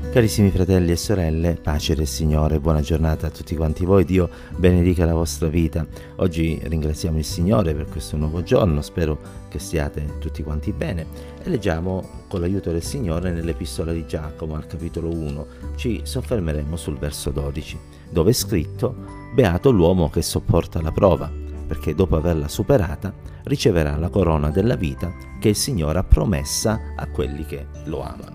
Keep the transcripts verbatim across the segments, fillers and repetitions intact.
Carissimi fratelli e sorelle, pace del Signore, buona giornata a tutti quanti voi, Dio benedica la vostra vita. Oggi ringraziamo il Signore per questo nuovo giorno, spero che stiate tutti quanti bene e leggiamo con l'aiuto del Signore nell'Epistola di Giacomo al capitolo uno. Ci soffermeremo sul verso dodici, dove è scritto: beato l'uomo che sopporta la prova, perché dopo averla superata riceverà la corona della vita che il Signore ha promessa a quelli che lo amano.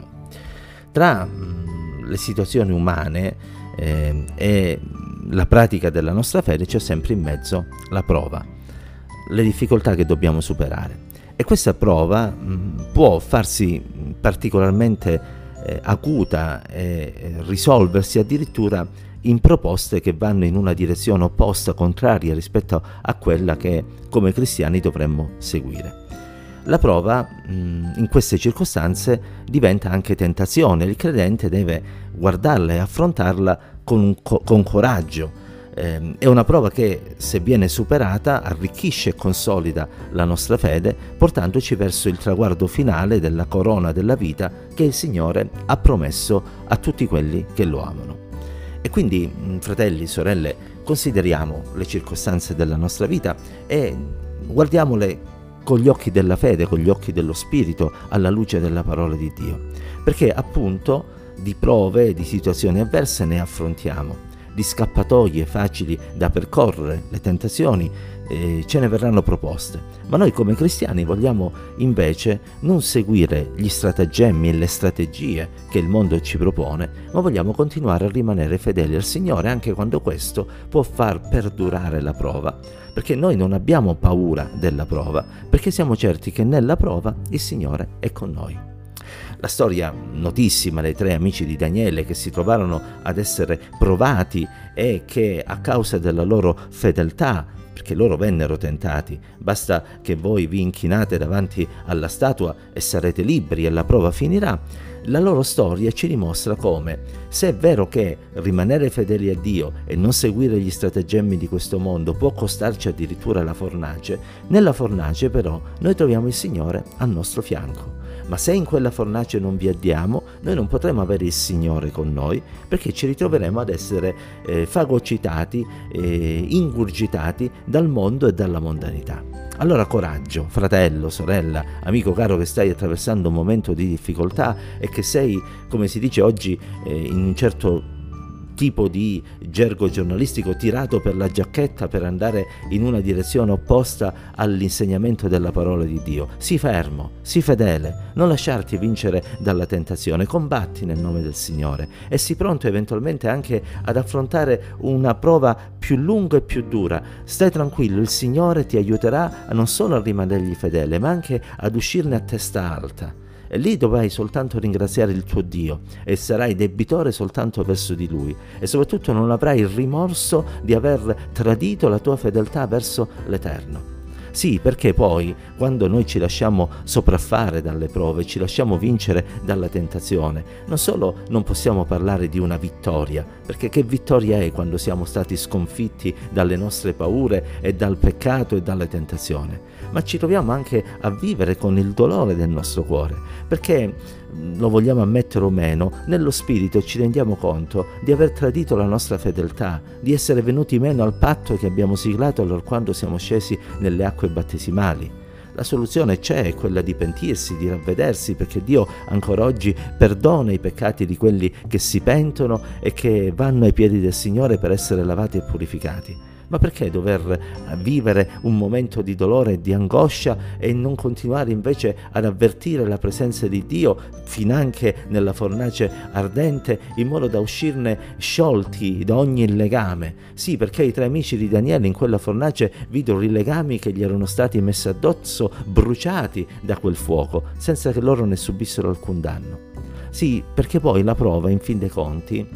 Tra mh, le situazioni umane eh, e la pratica della nostra fede c'è sempre in mezzo la prova, le difficoltà che dobbiamo superare. E questa prova mh, può farsi particolarmente eh, acuta e eh, risolversi addirittura in proposte che vanno in una direzione opposta, contraria rispetto a quella che come cristiani dovremmo seguire. La prova in queste circostanze diventa anche tentazione, il credente deve guardarla e affrontarla con, un co- con coraggio. Eh, è una prova che, se viene superata, arricchisce e consolida la nostra fede, portandoci verso il traguardo finale della corona della vita che il Signore ha promesso a tutti quelli che lo amano. E quindi, fratelli, sorelle, consideriamo le circostanze della nostra vita e guardiamole con gli occhi della fede, con gli occhi dello Spirito, alla luce della parola di Dio, perché appunto di prove e di situazioni avverse ne affrontiamo, di scappatoie facili da percorrere, le tentazioni, eh, ce ne verranno proposte, ma noi come cristiani vogliamo invece non seguire gli stratagemmi e le strategie che il mondo ci propone, ma vogliamo continuare a rimanere fedeli al Signore anche quando questo può far perdurare la prova, perché noi non abbiamo paura della prova, perché siamo certi che nella prova il Signore è con noi. La storia notissima dei tre amici di Daniele che si trovarono ad essere provati e che a causa della loro fedeltà, perché loro vennero tentati, basta che voi vi inchinate davanti alla statua e sarete liberi e la prova finirà. La loro storia ci dimostra come, se è vero che rimanere fedeli a Dio e non seguire gli stratagemmi di questo mondo può costarci addirittura la fornace, nella fornace però noi troviamo il Signore al nostro fianco. Ma se in quella fornace non vi addiamo, noi non potremo avere il Signore con noi, perché ci ritroveremo ad essere eh, fagocitati, eh, ingurgitati dal mondo e dalla mondanità. Allora coraggio, fratello, sorella, amico caro che stai attraversando un momento di difficoltà e che sei, come si dice oggi, eh, in un certo tipo di gergo giornalistico, tirato per la giacchetta per andare in una direzione opposta all'insegnamento della parola di Dio. Sii fermo, sii fedele, non lasciarti vincere dalla tentazione, combatti nel nome del Signore e sii pronto eventualmente anche ad affrontare una prova più lunga e più dura. Stai tranquillo, il Signore ti aiuterà a non solo a rimanergli fedele, ma anche ad uscirne a testa alta. E lì dovrai soltanto ringraziare il tuo Dio e sarai debitore soltanto verso di Lui, e soprattutto non avrai il rimorso di aver tradito la tua fedeltà verso l'Eterno. Sì, perché poi quando noi ci lasciamo sopraffare dalle prove, ci lasciamo vincere dalla tentazione, non solo non possiamo parlare di una vittoria, perché che vittoria è quando siamo stati sconfitti dalle nostre paure e dal peccato e dalle tentazioni, ma ci troviamo anche a vivere con il dolore del nostro cuore, perché lo vogliamo ammettere o meno, nello spirito ci rendiamo conto di aver tradito la nostra fedeltà, di essere venuti meno al patto che abbiamo siglato allorquando siamo scesi nelle acque battesimali. La soluzione c'è, è quella di pentirsi, di ravvedersi, perché Dio ancora oggi perdona i peccati di quelli che si pentono e che vanno ai piedi del Signore per essere lavati e purificati. Ma perché dover vivere un momento di dolore e di angoscia e non continuare invece ad avvertire la presenza di Dio finanche nella fornace ardente, in modo da uscirne sciolti da ogni legame? Sì, perché i tre amici di Daniele in quella fornace videro i legami che gli erano stati messi addosso, bruciati da quel fuoco, senza che loro ne subissero alcun danno. Sì, perché poi la prova, in fin dei conti,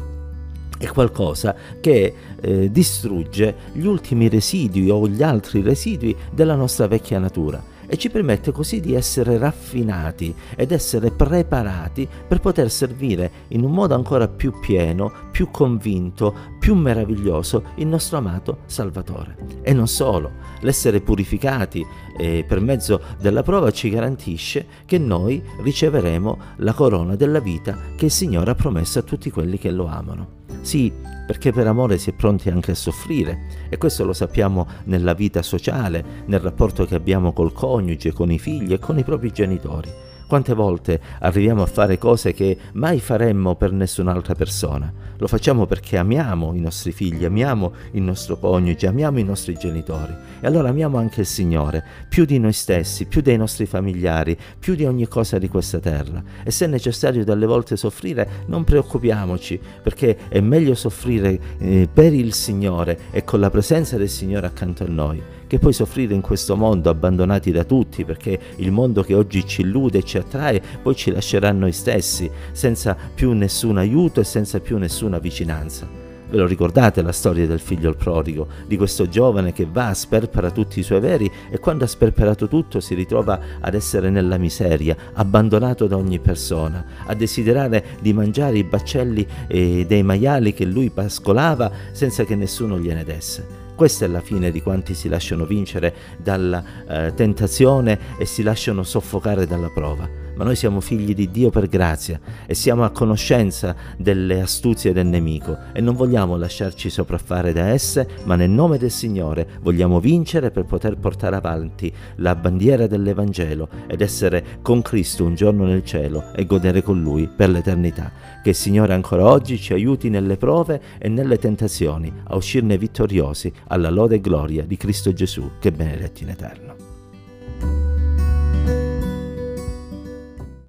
è qualcosa che eh, distrugge gli ultimi residui o gli altri residui della nostra vecchia natura e ci permette così di essere raffinati ed essere preparati per poter servire in un modo ancora più pieno, più convinto, più meraviglioso il nostro amato Salvatore. E non solo, l'essere purificati eh, per mezzo della prova ci garantisce che noi riceveremo la corona della vita che il Signore ha promesso a tutti quelli che lo amano. Sì, perché per amore si è pronti anche a soffrire, e questo lo sappiamo nella vita sociale, nel rapporto che abbiamo col coniuge, con i figli e con i propri genitori. Quante volte arriviamo a fare cose che mai faremmo per nessun'altra persona? Lo facciamo perché amiamo i nostri figli, amiamo il nostro coniuge, amiamo i nostri genitori. E allora amiamo anche il Signore, più di noi stessi, più dei nostri familiari, più di ogni cosa di questa terra. E se è necessario dalle volte soffrire, non preoccupiamoci, perché è meglio soffrire eh, per il Signore e con la presenza del Signore accanto a noi, che poi soffrire in questo mondo abbandonati da tutti, perché il mondo che oggi ci illude e ci attrae poi ci lascerà noi stessi, senza più nessun aiuto e senza più nessuna vicinanza. Ve lo ricordate la storia del figlio il prodigo, di questo giovane che va, sperpera tutti i suoi averi e quando ha sperperato tutto si ritrova ad essere nella miseria, abbandonato da ogni persona, a desiderare di mangiare i baccelli e dei maiali che lui pascolava senza che nessuno gliene desse. Questa è la fine di quanti si lasciano vincere dalla eh, tentazione e si lasciano soffocare dalla prova. Ma noi siamo figli di Dio per grazia e siamo a conoscenza delle astuzie del nemico e non vogliamo lasciarci sopraffare da esse, ma nel nome del Signore vogliamo vincere per poter portare avanti la bandiera dell'Evangelo ed essere con Cristo un giorno nel cielo e godere con Lui per l'eternità. Che il Signore ancora oggi ci aiuti nelle prove e nelle tentazioni a uscirne vittoriosi alla lode e gloria di Cristo Gesù, che è benedetti in eterno.